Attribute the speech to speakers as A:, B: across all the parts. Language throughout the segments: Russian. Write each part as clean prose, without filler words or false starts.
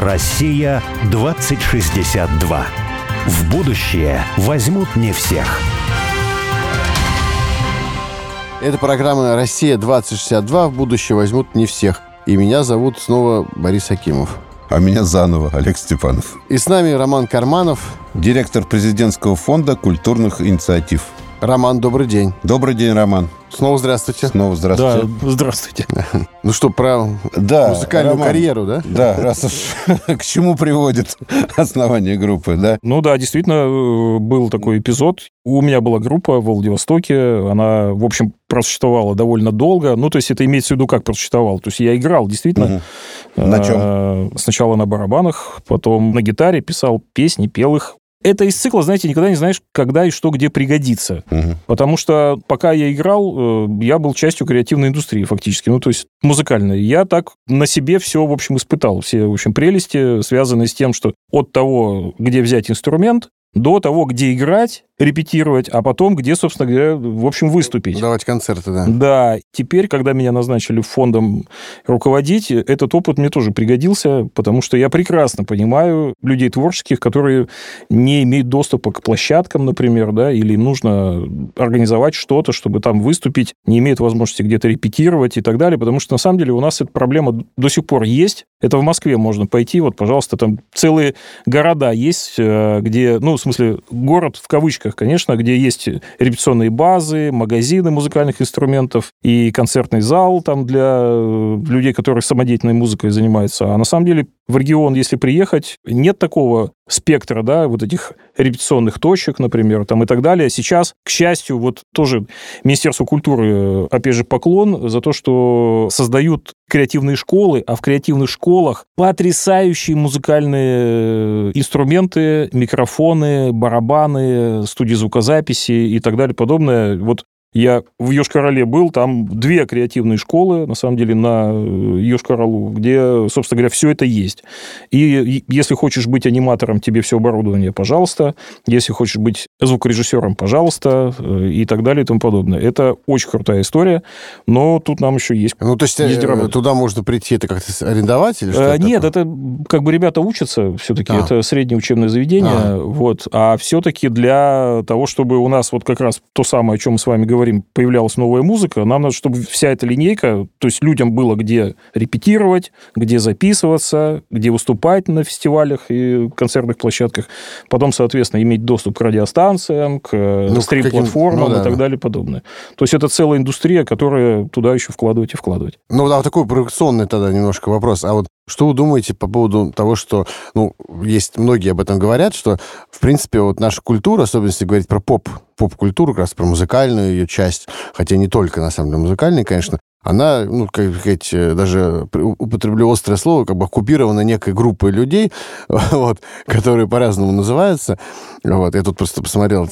A: Россия 2062. В будущее возьмут не всех.
B: Это программа «Россия-2062». В будущее возьмут не всех. И меня зовут снова Борис Акимов.
C: А меня заново Олег Степанов.
B: И с нами Роман Карманов,
C: директор президентского фонда культурных инициатив.
B: Роман, добрый день.
C: Добрый день, Роман.
B: Снова здравствуйте.
C: Снова здравствуйте.
D: Да, здравствуйте.
B: Ну что, про музыкальную карьеру, да?
C: Да, раз уж к чему приводит основание группы, да?
D: Ну да, действительно, был такой эпизод. У меня была группа в Владивостоке, она, в общем, просуществовала довольно долго. Ну, то есть это имеется в виду, как просуществовала. То есть я играл, действительно.
C: На чем?
D: Сначала на барабанах, потом на гитаре, писал песни, пел их. Это из цикла, знаете, никогда не знаешь, когда и что где пригодится. Потому что пока я играл, я был частью креативной индустрии фактически, ну, то есть музыкальной. Я так на себе все, в общем, испытал. Все, в общем, прелести, связанные с тем, что от того, где взять инструмент, до того, где играть, репетировать, а потом, где, собственно говоря, в общем, выступить.
B: Давать концерты, да.
D: Да. Теперь, когда меня назначили фондом руководить, этот опыт мне тоже пригодился, потому что я прекрасно понимаю людей творческих, которые не имеют доступа к площадкам, например, да, или им нужно организовать что-то, чтобы там выступить, не имеют возможности где-то репетировать и так далее, потому что, на самом деле, у нас эта проблема до сих пор есть. Это в Москве можно пойти, вот, пожалуйста, там целые города есть, где, ну, в смысле, город в кавычках, конечно, где есть репетиционные базы, магазины музыкальных инструментов и концертный зал там для людей, которые самодеятельной музыкой занимаются. А на самом деле в регион, если приехать, нет такого спектра, да, вот этих репетиционных точек, например, там и так далее. Сейчас, к счастью, вот тоже Министерству культуры, опять же, поклон за то, что создают креативные школы, а в креативных школах потрясающие музыкальные инструменты, микрофоны, барабаны, студии звукозаписи и так далее, подобное. Вот я в Йошкар-Оле был, там 2 креативные школы, на самом деле, на Йошкар-Олу, где, собственно говоря, все это есть. И если хочешь быть аниматором, тебе все оборудование, пожалуйста. Если хочешь быть звукорежиссером, пожалуйста, и так далее, и тому подобное. Это очень крутая история, но тут нам еще есть.
B: Ну, то есть туда можно прийти, это как-то арендовать или что?
D: Нет, это как бы ребята учатся все-таки, это среднее учебное заведение, вот, а все-таки для того, чтобы у нас вот как раз то самое, о чем мы с вами говорим, появлялась новая музыка, нам надо, чтобы вся эта линейка, то есть людям было где репетировать, где записываться, где выступать на фестивалях и концертных площадках, потом, соответственно, иметь доступ к радиостанциям, к стрим-платформам и так далее, подобное. То есть это целая индустрия, которая туда еще вкладывать и вкладывать.
B: Ну, да, такой провокационный тогда немножко вопрос. А вот что вы думаете по поводу того, что, ну, есть многие об этом говорят, что, в принципе, вот наша культура, особенно если говорить про поп-культуру, как раз про музыкальную ее часть, хотя не только, на самом деле, музыкальная, конечно, она, ну, как сказать, даже употреблю острое слово, как бы оккупирована некой группой людей, вот, которые по-разному называются. Вот, я тут просто посмотрел,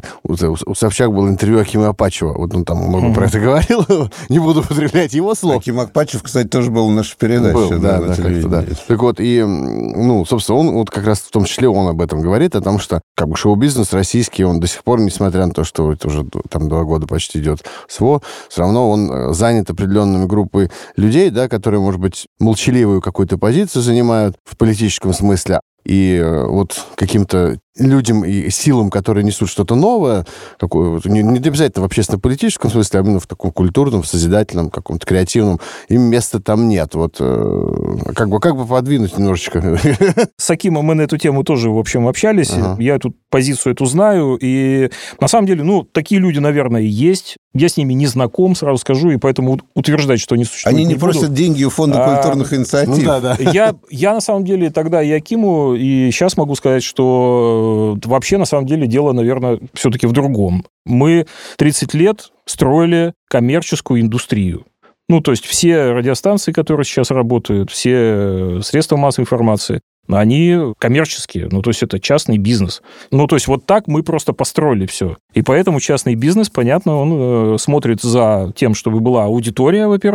B: у Собчак было интервью Акима Апачева, вот он там много про это говорил, не буду употреблять его слов.
C: Аким Апачев, кстати, тоже был в нашей передаче.
B: Был, да, как-то, да. Так вот, и, ну, собственно, он вот как раз в том числе он об этом говорит, о том, что как бы шоу-бизнес российский, он до сих пор, несмотря на то, что это уже там 2 года почти идет СВО, все равно он занят определенными группой людей, да, которые, может быть, молчаливую какую-то позицию занимают в политическом смысле, и вот каким-то людям и силам, которые несут что-то новое, такое, не обязательно в общественно-политическом смысле, а именно в таком культурном, созидательном, каком-то креативном, им места там нет. Вот как бы подвинуть немножечко.
D: С Акимом мы на эту тему тоже, в общем, общались. Я эту позицию эту знаю. И на самом деле, ну, такие люди, наверное, есть. Я с ними не знаком, сразу скажу, и поэтому утверждать, что они существуют,
C: они не просят деньги у фонда культурных инициатив.
B: Ну, да.
D: Я, на самом деле, тогда и Акиму, и сейчас могу сказать, что вообще, на самом деле, дело, наверное, все-таки в другом. Мы 30 лет строили коммерческую индустрию. Ну, то есть все радиостанции, которые сейчас работают, все средства массовой информации, они коммерческие, ну, то есть это частный бизнес. Ну, то есть вот так мы просто построили все. И поэтому частный бизнес, понятно, он смотрит за тем, чтобы была аудитория, во-первых,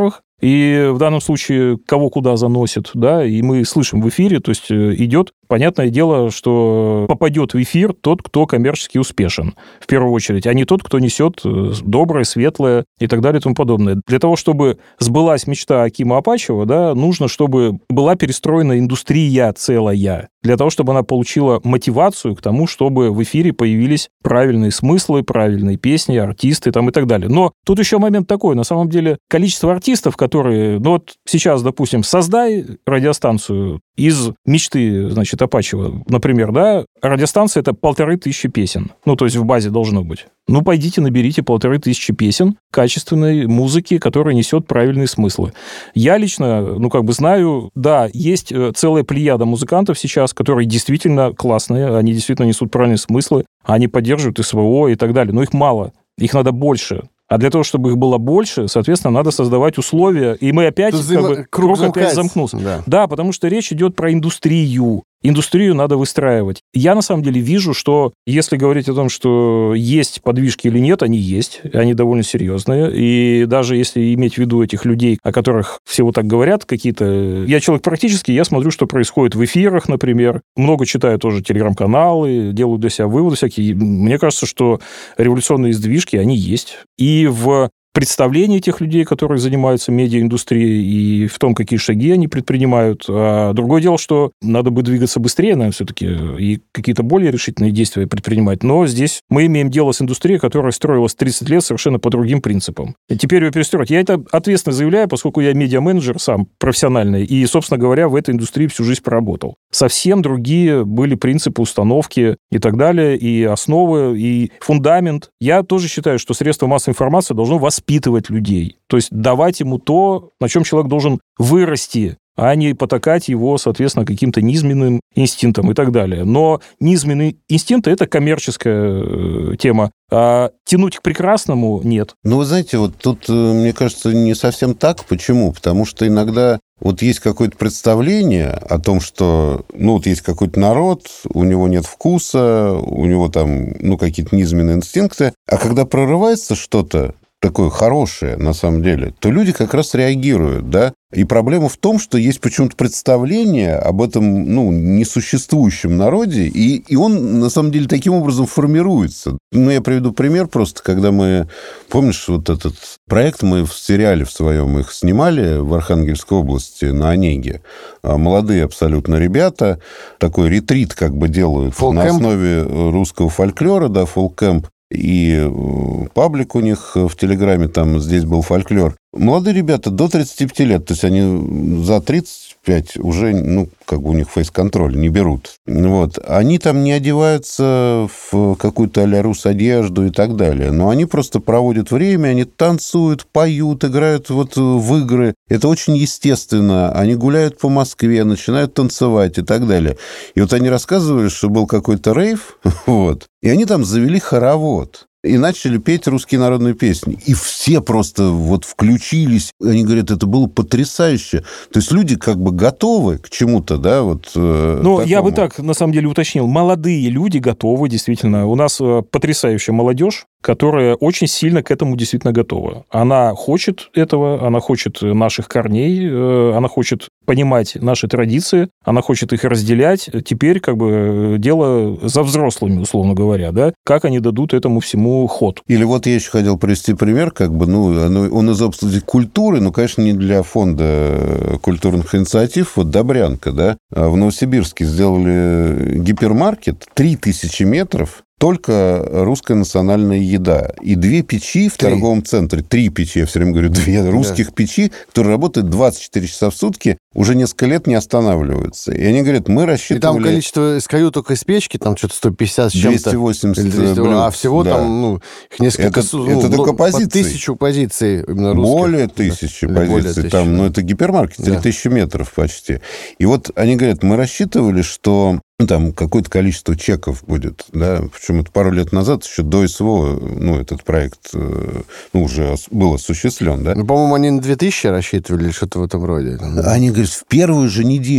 D: И в данном случае кого куда заносит, да, и мы слышим в эфире, то есть идет, понятное дело, что попадет в эфир тот, кто коммерчески успешен, в первую очередь, а не тот, кто несет доброе, светлое и так далее и тому подобное. Для того, чтобы сбылась мечта Акима Апачева, да, нужно, чтобы была перестроена индустрия целая, для того, чтобы она получила мотивацию к тому, чтобы в эфире появились правильные смыслы, правильные песни, артисты там и так далее. Но тут еще момент такой, на самом деле, количество артистов, которые, ну вот сейчас, допустим, создай радиостанцию из мечты, значит, Апачева, например, да, радиостанция — это 1500 песен, ну, то есть в базе должно быть. Ну, пойдите, наберите 1500 песен качественной музыки, которая несет правильные смыслы. Я лично, ну, как бы знаю, да, есть целая плеяда музыкантов сейчас, которые действительно классные, они действительно несут правильные смыслы, они поддерживают СВО и так далее, но их мало, их надо больше. А для того, чтобы их было больше, соответственно, надо создавать условия. И мы опять, как бы, круг опять замкнулся. Да, потому что речь идет про индустрию. Индустрию надо выстраивать. Я, на самом деле, вижу, что если говорить о том, что есть подвижки или нет, они есть, они довольно серьезные. И даже если иметь в виду этих людей, о которых все вот так говорят, какие-то... Я человек практический, я смотрю, что происходит в эфирах, например. Много читаю тоже телеграм-каналы, делаю для себя выводы всякие. Мне кажется, что революционные сдвижки, они есть. И в представление тех людей, которые занимаются медиаиндустрией, и в том, какие шаги они предпринимают. А другое дело, что надо бы двигаться быстрее, наверное, все-таки, и какие-то более решительные действия предпринимать. Но здесь мы имеем дело с индустрией, которая строилась 30 лет совершенно по другим принципам. И теперь ее перестроить. Я это ответственно заявляю, поскольку я медиа-менеджер сам профессиональный, и, собственно говоря, в этой индустрии всю жизнь проработал. Совсем другие были принципы, установки и так далее, и основы, и фундамент. Я тоже считаю, что средства массовой информации должно воспитывать людей. То есть давать ему то, на чем человек должен вырасти, а не потакать его, соответственно, каким-то низменным инстинктом и так далее. Но низменные инстинкты – это коммерческая тема, а тянуть к прекрасному – нет.
C: Ну, вы знаете, вот тут, мне кажется, не совсем так. Почему? Потому что иногда вот есть какое-то представление о том, что, ну, вот есть какой-то народ, у него нет вкуса, у него там, ну, какие-то низменные инстинкты, а когда прорывается что-то такое хорошее, на самом деле, то люди как раз реагируют, да? И проблема в том, что есть почему-то представление об этом, ну, несуществующем народе, и он, на самом деле, таким образом формируется. Ну, я приведу пример просто, когда мы... Помнишь, вот этот проект мы в сериале в своем их снимали в Архангельской области на Онеге. Молодые абсолютно ребята. Такой ретрит как бы делают на основе русского фольклора, да, фолк-кэмп. И паблик у них в Телеграме, там здесь был фольклор. Молодые ребята до 35 лет, то есть они за 35 уже, ну, как бы у них фейс-контроль не берут. Вот. Они там не одеваются в какую-то а-ля Рус одежду и так далее. Но они просто проводят время, они танцуют, поют, играют вот в игры. Это очень естественно. Они гуляют по Москве, начинают танцевать и так далее. И вот они рассказывали, что был какой-то рейв, вот, и они там завели хоровод. И начали петь русские народные песни. И все просто вот включились. Они говорят, это было потрясающе. То есть люди как бы готовы к чему-то, да, вот. Ну,
D: я бы так, на самом деле, уточнил. Молодые люди готовы, действительно. У нас потрясающая молодежь, которая очень сильно к этому действительно готова. Она хочет этого, она хочет наших корней, она хочет понимать наши традиции, она хочет их разделять. Теперь как бы дело за взрослыми, условно говоря, да, как они дадут этому всему ход.
C: Или вот я еще хотел привести пример, как бы, ну, он из области культуры, но, конечно, не для фонда культурных инициатив. Вот Добрянка, да, в Новосибирске сделали гипермаркет, 3000 метров, только русская национальная еда. И 2 печи в торговом центре. 3 печи, я все время говорю, 2 русских печи, которые работают 24 часа в сутки, уже несколько лет не останавливаются. И они говорят, мы рассчитывали... И
B: там количество SKU только из печки, там что-то 150 с чем-то.
C: 280 блюд.
B: А всего
C: да.
B: там, ну, их несколько...
C: Это только позиций.
B: 1000 позиций именно русских.
C: Более 1000 позиций. Там, ну, это гипермаркет, 3000 метров почти. И вот они говорят, мы рассчитывали, что там какое-то количество чеков будет, да, причем это пару лет назад, еще до СВО, ну, этот проект, ну, уже был осуществлен, да.
B: Ну, по-моему, они на 2000 рассчитывали или что-то в этом роде.
C: Они говорят, в первую же неделю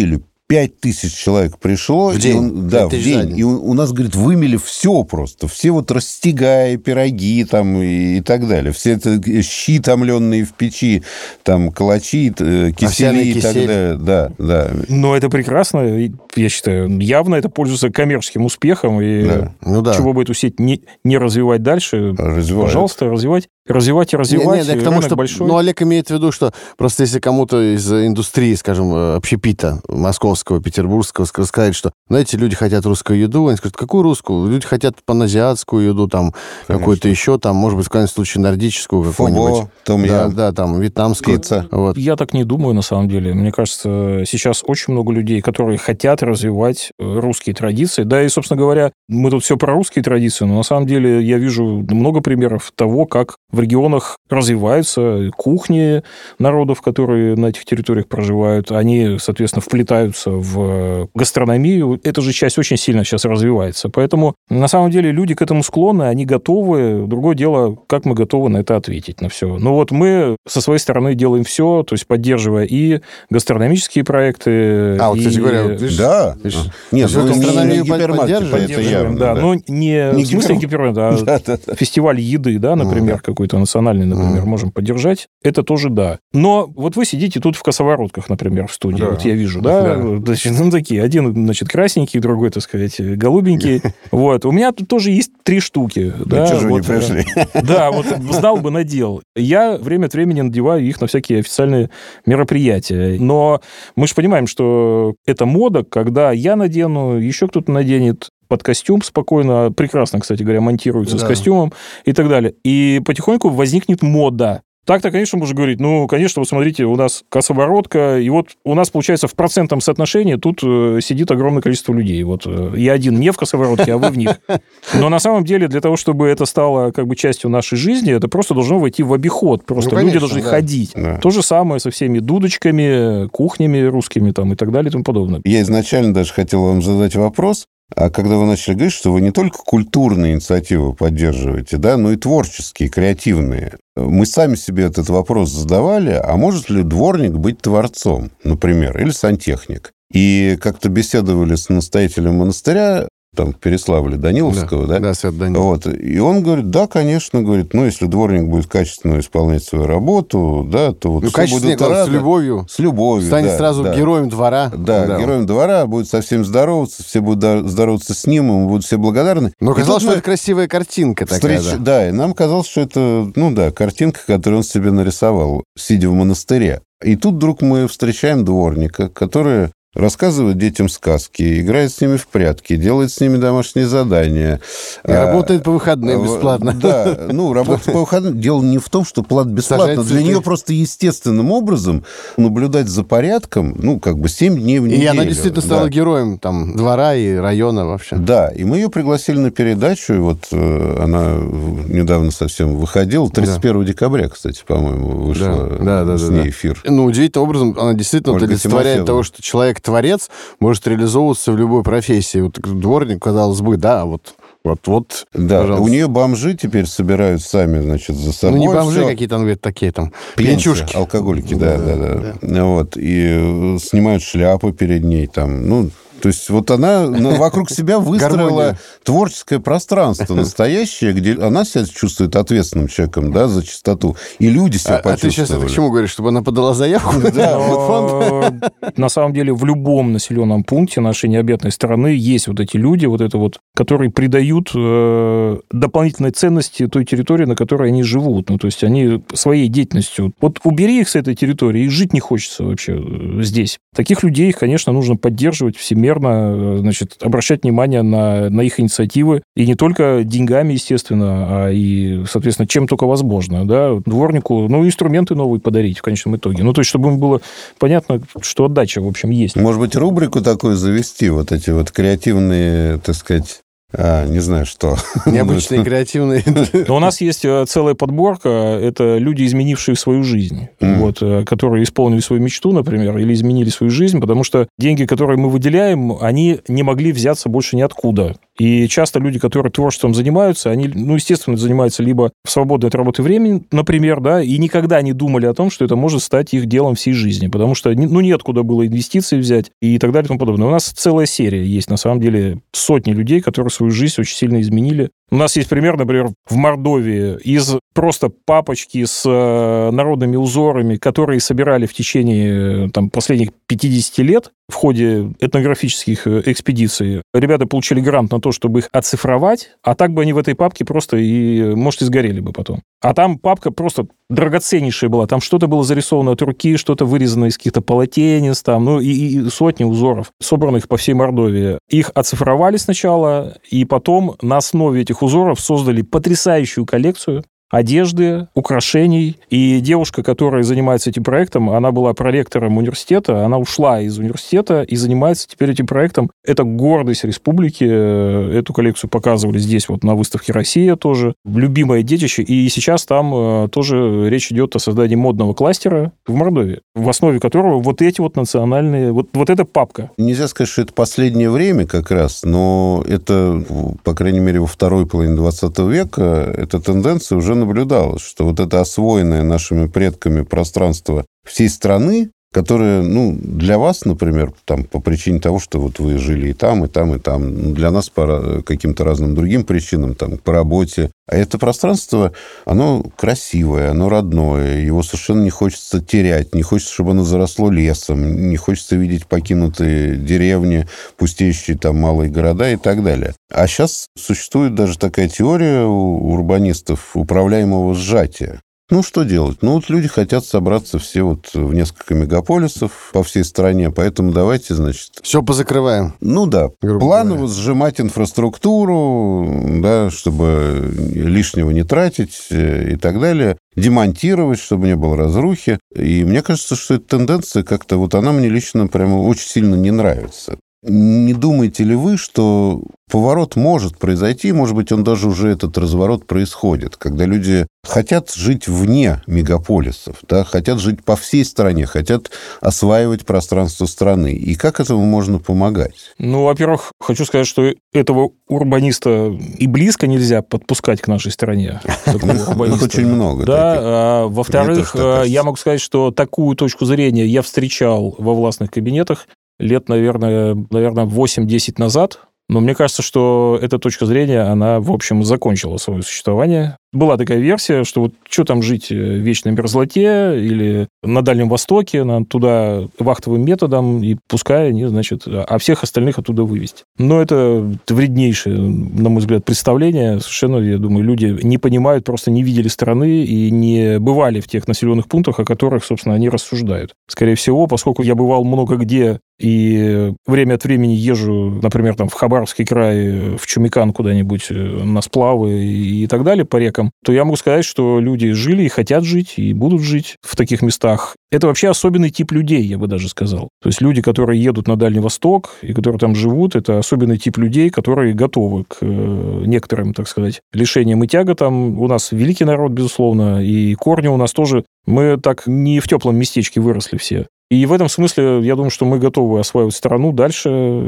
C: 5000 человек пришло.
B: В день?
C: Да, в день. И у нас, говорит, вымели все просто. Все вот растягаи, пироги там и так далее. Все это щи томленные в печи, там калачи, кисели и так далее. Да, да.
D: Но это прекрасно, я считаю. Явно это пользуется коммерческим успехом. И чего бы эту сеть не развивать дальше, пожалуйста, развивать. Развивать.
B: Нет, к тому, что,
D: большой.
B: Ну, Олег имеет в виду, что просто если кому-то из индустрии, скажем, общепита московского, петербургского сказать, что, знаете, люди хотят русскую еду, они скажут, какую русскую? Люди хотят паназиатскую еду, там, какую-то еще, там, может быть, в крайнем случае, нордическую какую-нибудь.
C: Том-ям.
B: Там, вьетнамскую.
C: Пицца.
B: Вот.
D: Я так не думаю, на самом деле. Мне кажется, сейчас очень много людей, которые хотят развивать русские традиции. Да, и, собственно говоря, мы тут все про русские традиции, но на самом деле я вижу много примеров того, как в регионах развиваются кухни народов, которые на этих территориях проживают. Они, соответственно, вплетаются в гастрономию. Эта же часть очень сильно сейчас развивается. Поэтому, на самом деле, люди к этому склонны, они готовы. Другое дело, как мы готовы на это ответить, на все. Но вот мы со своей стороны делаем все, то есть поддерживая и гастрономические проекты.
B: Вот, кстати говоря, видишь,
C: да.
B: Нет, в гастрономию
C: поддерживаем.
D: Да, но не в смысле гипермаркет, а фестиваль еды, да, например, какой-то национальный, например, можем поддержать. Это тоже да. Но вот вы сидите тут в косоворотках, например, в студии. Да. Вот я вижу, да? Значит, ну, такие. Один, значит, красненький, другой, так сказать, голубенький. Вот. У меня тут тоже есть 3 штуки. Да,
C: что же вы не пришли?
D: Да, вот знал бы, надел. Я время от времени надеваю их на всякие официальные мероприятия. Но мы же понимаем, что это мода, когда я надену, еще кто-то наденет, под костюм спокойно, прекрасно, кстати говоря, монтируется с костюмом и так далее. И потихоньку возникнет мода. Так-то, конечно, можно говорить, ну, конечно, вот смотрите, у нас косоворотка, и вот у нас, получается, в процентном соотношении тут сидит огромное количество людей. Вот я один не в косоворотке, а вы в них. Но на самом деле для того, чтобы это стало как бы частью нашей жизни, это просто должно войти в обиход. Просто люди должны ходить. Да. То же самое со всеми дудочками, кухнями русскими там, и так далее и тому подобное.
C: Я изначально даже хотел вам задать вопрос. А когда вы начали говорить, что вы не только культурные инициативы поддерживаете, да, но и творческие, креативные. Мы сами себе этот вопрос задавали, а может ли дворник быть творцом, например, или сантехник? И как-то беседовали с настоятелем монастыря, там, в Переславле, Даниловского, да?
B: Да, свят Данил.
C: Вот. И он говорит, да, конечно, говорит, ну, если дворник будет качественно исполнять свою работу, да, то вот все будут рады.
B: С любовью.
C: С любовью,
B: станет сразу героем двора.
C: Да, героем двора, будет со всеми здороваться, все будут здороваться с ним, ему будут все благодарны.
B: Но казалось, что это красивая картинка такая,
C: да, и нам казалось, что это, ну да, картинка, которую он себе нарисовал, сидя в монастыре. И тут вдруг мы встречаем дворника, который рассказывает детям сказки, играет с ними в прятки, делает с ними домашние задания.
B: И работает по выходным бесплатно.
C: Да, ну, работать по выходным. Дело не в том, что плата бесплатно. Для нее просто естественным образом наблюдать за порядком, ну, как бы 7 дней в неделю.
B: И она действительно стала героем там двора и района вообще.
C: Да, и мы ее пригласили на передачу, и вот она недавно совсем выходила, 31 декабря, кстати, по-моему, вышла с ней эфир.
B: Ну, удивительным образом она действительно олицетворяет того, что человек-творец может реализовываться в любой профессии. Вот дворник, казалось бы, да, вот. Да, пожалуйста.
C: У нее бомжи теперь собирают сами, значит, за собой.
B: Ну, не бомжи какие-то, он говорит, такие там пьянчушки.
C: Алкоголики, да. Вот, и снимают шляпы перед ней там, ну... То есть вот она вокруг себя выстроила творческое пространство настоящее, где она себя чувствует ответственным человеком, да, за чистоту. И люди себя почувствовали. А
B: ты сейчас это к чему говоришь? Чтобы она подала заявку?
D: На самом деле в любом населенном пункте нашей необъятной страны есть вот эти люди, которые придают дополнительной ценности той территории, на которой они живут. Ну, то есть они своей деятельностью... Вот убери их с этой территории, и жить не хочется вообще здесь. Таких людей, конечно, нужно поддерживать всемирно, значит, обращать внимание на их инициативы. И не только деньгами, естественно, а и, соответственно, чем только возможно. Да? Дворнику, инструменты новые подарить в конечном итоге. Ну, то есть, чтобы им было понятно, что отдача, в общем, есть.
C: Может быть, рубрику такую завести, вот эти вот креативные, так сказать... не знаю, что.
B: Необычные, креативные.
D: Но у нас есть целая подборка. Это люди, изменившие свою жизнь. Вот, которые исполнили свою мечту, например, или изменили свою жизнь, потому что деньги, которые мы выделяем, они не могли взяться больше ниоткуда. И часто люди, которые творчеством занимаются, они, естественно, занимаются либо в свободное от работы времени, например, да, и никогда не думали о том, что это может стать их делом всей жизни, потому что, неоткуда было инвестиции взять и так далее и тому подобное. У нас целая серия есть, на самом деле, сотни людей, которые свою жизнь очень сильно изменили. У нас есть пример, например, в Мордовии из просто папочки с народными узорами, которые собирали в течение последних 50 лет в ходе этнографических экспедиций. Ребята получили грант на то, чтобы их оцифровать, а так бы они в этой папке просто может, и сгорели бы потом. А там папка просто драгоценнейшая была. Там что-то было зарисовано от руки, что-то вырезано из каких-то полотенец, и сотни узоров, собранных по всей Мордовии. Их оцифровали сначала, и потом на основе этих узоров создали потрясающую коллекцию одежды, украшений. И девушка, которая занимается этим проектом, она была проректором университета, она ушла из университета и занимается теперь этим проектом. Это гордость республики. Эту коллекцию показывали здесь, на выставке «Россия» тоже. Любимое детище. И сейчас там тоже речь идет о создании модного кластера в Мордовии, в основе которого эти национальные... Вот эта папка.
C: Нельзя сказать, что это последнее время как раз, но это, по крайней мере, во второй половине 20 века эта тенденция уже наблюдалось, что это освоенное нашими предками пространство всей страны, которое, для вас, например, по причине того, что вы жили и там, и там, и там, для нас по каким-то разным другим причинам, по работе. А это пространство, оно красивое, оно родное, его совершенно не хочется терять, не хочется, чтобы оно заросло лесом, не хочется видеть покинутые деревни, пустеющие малые города и так далее. А сейчас существует даже такая теория у урбанистов управляемого сжатия. Что делать? Люди хотят собраться все в несколько мегаполисов по всей стране, поэтому давайте,
B: все позакрываем.
C: Да. Планово сжимать инфраструктуру, да, чтобы лишнего не тратить и так далее. Демонтировать, чтобы не было разрухи. И мне кажется, что эта тенденция как-то, она мне лично прямо очень сильно не нравится. Не думаете ли вы, что поворот может произойти, может быть, он даже уже этот разворот происходит, когда люди хотят жить вне мегаполисов, да, хотят жить по всей стране, хотят осваивать пространство страны. И как этому можно помогать?
D: Во-первых, хочу сказать, что этого урбаниста и близко нельзя подпускать к нашей стране.
C: Их очень много.
D: Да. Во-вторых, я могу сказать, что такую точку зрения я встречал во властных кабинетах лет, наверное, 8-10 назад. Но мне кажется, что эта точка зрения, она, в общем, закончила свое существование. Была такая версия, что что там жить в вечной мерзлоте или на Дальнем Востоке, надо туда вахтовым методом, и пускай они, а всех остальных оттуда вывести. Но это вреднейшее, на мой взгляд, представление. Совершенно, я думаю, люди не понимают, просто не видели страны и не бывали в тех населенных пунктах, о которых, собственно, они рассуждают. Скорее всего, поскольку я бывал много где и время от времени езжу, например, в Хабаровский край, в Чумикан куда-нибудь на сплавы и так далее по рекам, то я могу сказать, что люди жили и хотят жить, и будут жить в таких местах. Это вообще особенный тип людей, я бы даже сказал. То есть люди, которые едут на Дальний Восток и которые там живут, это особенный тип людей, которые готовы к некоторым, так сказать, лишениям и тяготам. У нас великий народ, безусловно, и корни у нас тоже. Мы так не в теплом местечке выросли все. И в этом смысле, я думаю, что мы готовы осваивать страну дальше,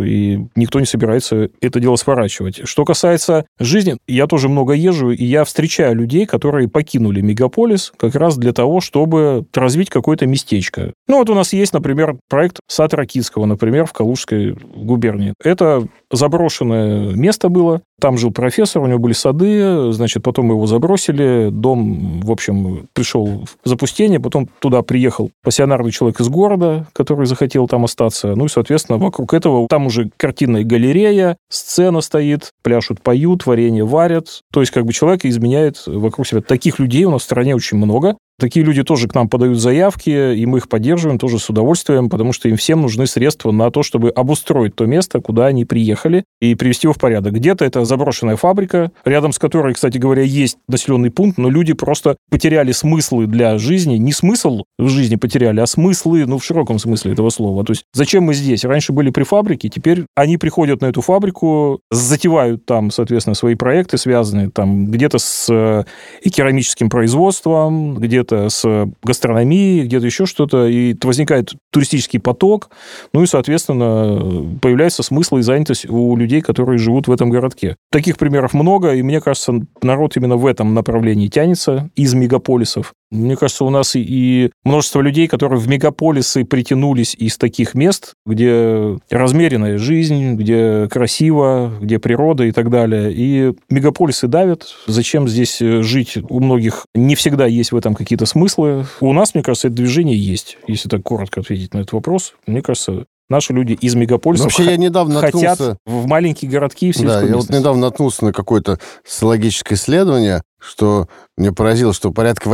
D: и никто не собирается это дело сворачивать. Что касается жизни, я тоже много езжу, и я встречаю людей, которые покинули мегаполис как раз для того, чтобы развить какое-то местечко. У нас есть, например, проект Сад Ракитского, например, в Калужской губернии. Это заброшенное место было, там жил профессор, у него были сады, потом его забросили, дом, в общем, пришел в запустение, потом туда приехал пассионарный человек из города, который захотел там остаться, и, соответственно, вокруг этого там уже картинная галерея, сцена стоит, пляшут, поют, варенье варят, то есть человек изменяет вокруг себя. Таких людей у нас в стране очень много. Такие люди тоже к нам подают заявки, и мы их поддерживаем тоже с удовольствием, потому что им всем нужны средства на то, чтобы обустроить то место, куда они приехали, и привести его в порядок. Где-то это заброшенная фабрика, рядом с которой, кстати говоря, есть населенный пункт, но люди просто потеряли смыслы для жизни. Не смысл в жизни потеряли, а смыслы, в широком смысле этого слова. То есть зачем мы здесь? Раньше были при фабрике, теперь они приходят на эту фабрику, затевают там, соответственно, свои проекты, связанные там где-то с керамическим производством, где-то где-то с гастрономией, где-то еще что-то, и возникает туристический поток, ну и, соответственно, появляется смысл и занятость у людей, которые живут в этом городке. Таких примеров много, и мне кажется, народ именно в этом направлении тянется из мегаполисов. Мне кажется, у нас и множество людей, которые в мегаполисы притянулись из таких мест, где размеренная жизнь, где красиво, где природа и так далее. И мегаполисы давят. Зачем здесь жить? У многих не всегда есть в этом какие-то смыслы. У нас, мне кажется, это движение есть. Если так коротко ответить на этот вопрос, мне кажется, наши люди из мегаполисов хотят в маленькие городки и в сельскую местность.
B: Я вот недавно наткнулся на какое-то социологическое исследование, что меня поразило, что порядка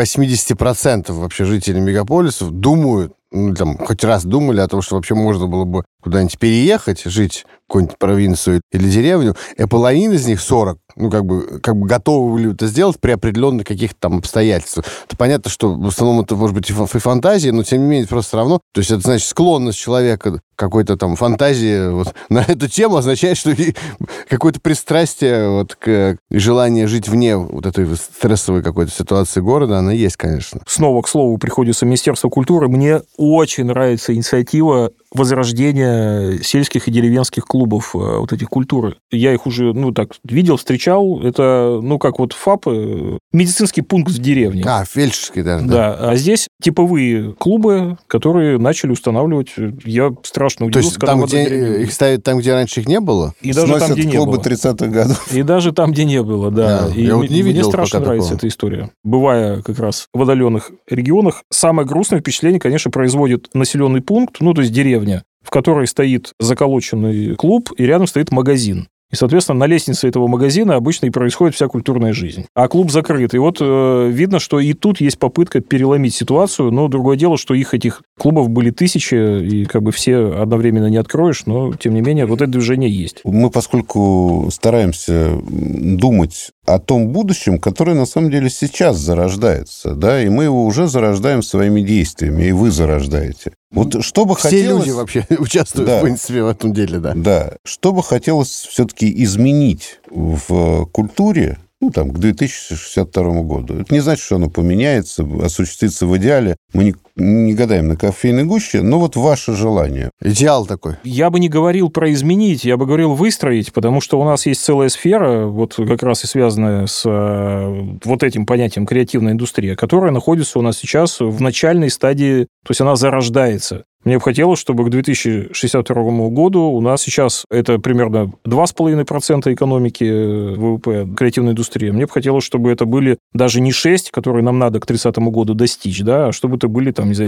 B: 80% вообще жителей мегаполисов думают, хоть раз думали о том, что вообще можно было бы куда-нибудь переехать, жить в какую-нибудь провинцию или деревню, и половина из них, 40, как бы готовы были это сделать при определенных каких-то там обстоятельствах. Это понятно, что в основном это может быть и фантазия, но тем не менее просто все равно, то есть это значит склонность человека какой-то там фантазии вот на эту тему означает, что какое-то пристрастие вот к желанию жить вне вот этой стрессовой какой-то ситуации города, она есть, конечно.
D: Снова, к слову, приходится Министерство культуры. Мне очень нравится инициатива возрождения сельских и деревенских клубов вот этих культуры. Я их уже, видел, встречал. Это, как вот ФАП, медицинский пункт в деревне.
B: Фельдшерский даже.
D: Да. А здесь типовые клубы, которые начали устанавливать. Я страшно удивился.
B: То есть там, где их ставят там, где раньше их не было?
D: И даже там, где не было.
C: Клубы 30-х годов.
D: И даже там, где не было, да. И
B: я вот не видел,
D: мне страшно нравится эта история. Бывая как раз в отдаленных регионах, самое грустное впечатление, конечно, производит населенный пункт, то есть деревня, в которой стоит заколоченный клуб, и рядом стоит магазин. И, соответственно, на лестнице этого магазина обычно и происходит вся культурная жизнь. А клуб закрыт. И вот видно, что и тут есть попытка переломить ситуацию, но другое дело, что этих клубов были тысячи, и все одновременно не откроешь, но, тем не менее, вот это движение есть.
C: Мы, поскольку стараемся думать о том будущем, которое, на самом деле, сейчас зарождается, да, и мы его уже зарождаем своими действиями, и вы зарождаете. Вот что бы хотелось...
B: Все люди вообще участвуют, в принципе, в этом деле, да.
C: Да. Что бы хотелось все-таки изменить в культуре, к 2062 году. Это не значит, что оно поменяется, осуществится в идеале. Мы не гадаем на кофейной гуще, но вот ваше желание.
B: Идеал такой.
D: Я бы не говорил про изменить, я бы говорил выстроить, потому что у нас есть целая сфера, вот как раз и связанная с вот этим понятием креативная индустрия, которая находится у нас сейчас в начальной стадии, то есть она зарождается. Мне бы хотелось, чтобы к 2062 году у нас сейчас это примерно 2,5% экономики ВВП, креативная индустрия. Мне бы хотелось, чтобы это были даже не 6, которые нам надо к 30 году достичь, да, а чтобы это были,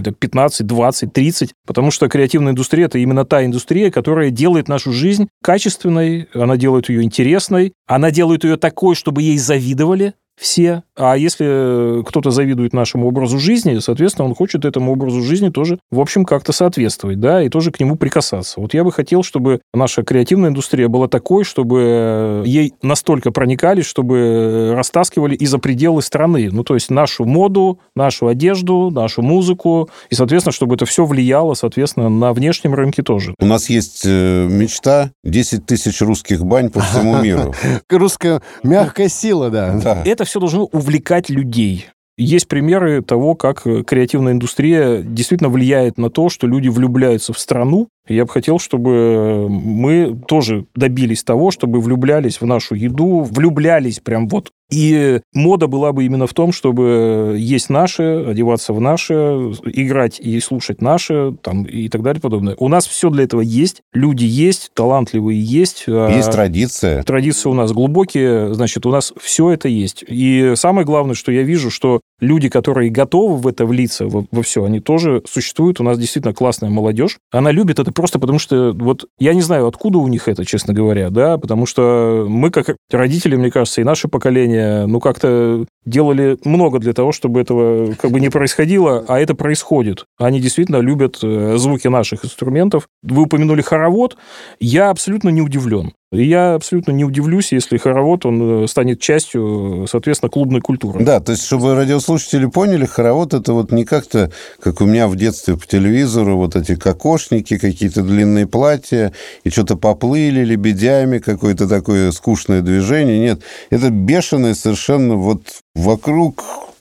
D: 15, 20, 30, потому что креативная индустрия – это именно та индустрия, которая делает нашу жизнь качественной, она делает ее интересной, она делает ее такой, чтобы ей завидовали все. А если кто-то завидует нашему образу жизни, соответственно, он хочет этому образу жизни тоже, в общем, как-то соответствовать, да, и тоже к нему прикасаться. Вот я бы хотел, чтобы наша креативная индустрия была такой, чтобы ей настолько проникались, чтобы растаскивали и за пределы страны. То есть нашу моду, нашу одежду, нашу музыку, и, соответственно, чтобы это все влияло, соответственно, на внешнем рынке тоже.
C: У нас есть мечта 10 тысяч русских бань по всему миру.
B: Русская мягкая сила, да.
D: Это все должно увлекать людей. Есть примеры того, как креативная индустрия действительно влияет на то, что люди влюбляются в страну. Я бы хотел, чтобы мы тоже добились того, чтобы влюблялись в нашу еду, влюблялись прям вот. И мода была бы именно в том, чтобы есть наше, одеваться в наше, играть и слушать наше, и так далее, подобное. У нас все для этого есть, люди есть, талантливые есть.
C: Есть традиция.
D: Традиции у нас глубокие, значит, у нас все это есть. И самое главное, что я вижу, что люди, которые готовы в это влиться, во все, они тоже существуют. У нас действительно классная молодежь. Она любит это просто потому, что вот я не знаю, откуда у них это, честно говоря, да, потому что мы, как родители, мне кажется, и наше поколение, как-то делали много для того, чтобы этого не происходило, а это происходит. Они действительно любят звуки наших инструментов. Вы упомянули хоровод. Я абсолютно не удивлен. И я абсолютно не удивлюсь, если хоровод, он станет частью, соответственно, клубной культуры.
C: Да, то есть, чтобы радиослушатели поняли, хоровод – это вот не как-то, как у меня в детстве по телевизору, вот эти кокошники, какие-то длинные платья, и что-то поплыли лебедями, какое-то такое скучное движение. Нет, это бешеное совершенно вот вокруг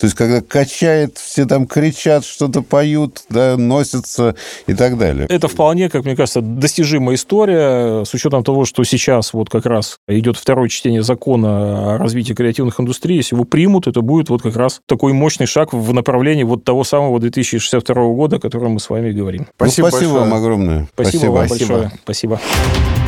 C: То есть, когда качает, все там кричат, что-то поют, да, носятся и так далее.
D: Это вполне, как мне кажется, достижимая история, с учетом того, что сейчас вот как раз идет второе чтение закона о развитии креативных индустрий. Если его примут, это будет вот как раз такой мощный шаг в направлении вот того самого 2062 года, о котором мы с вами говорим.
C: Спасибо вам огромное.
D: Спасибо вам большое. Спасибо.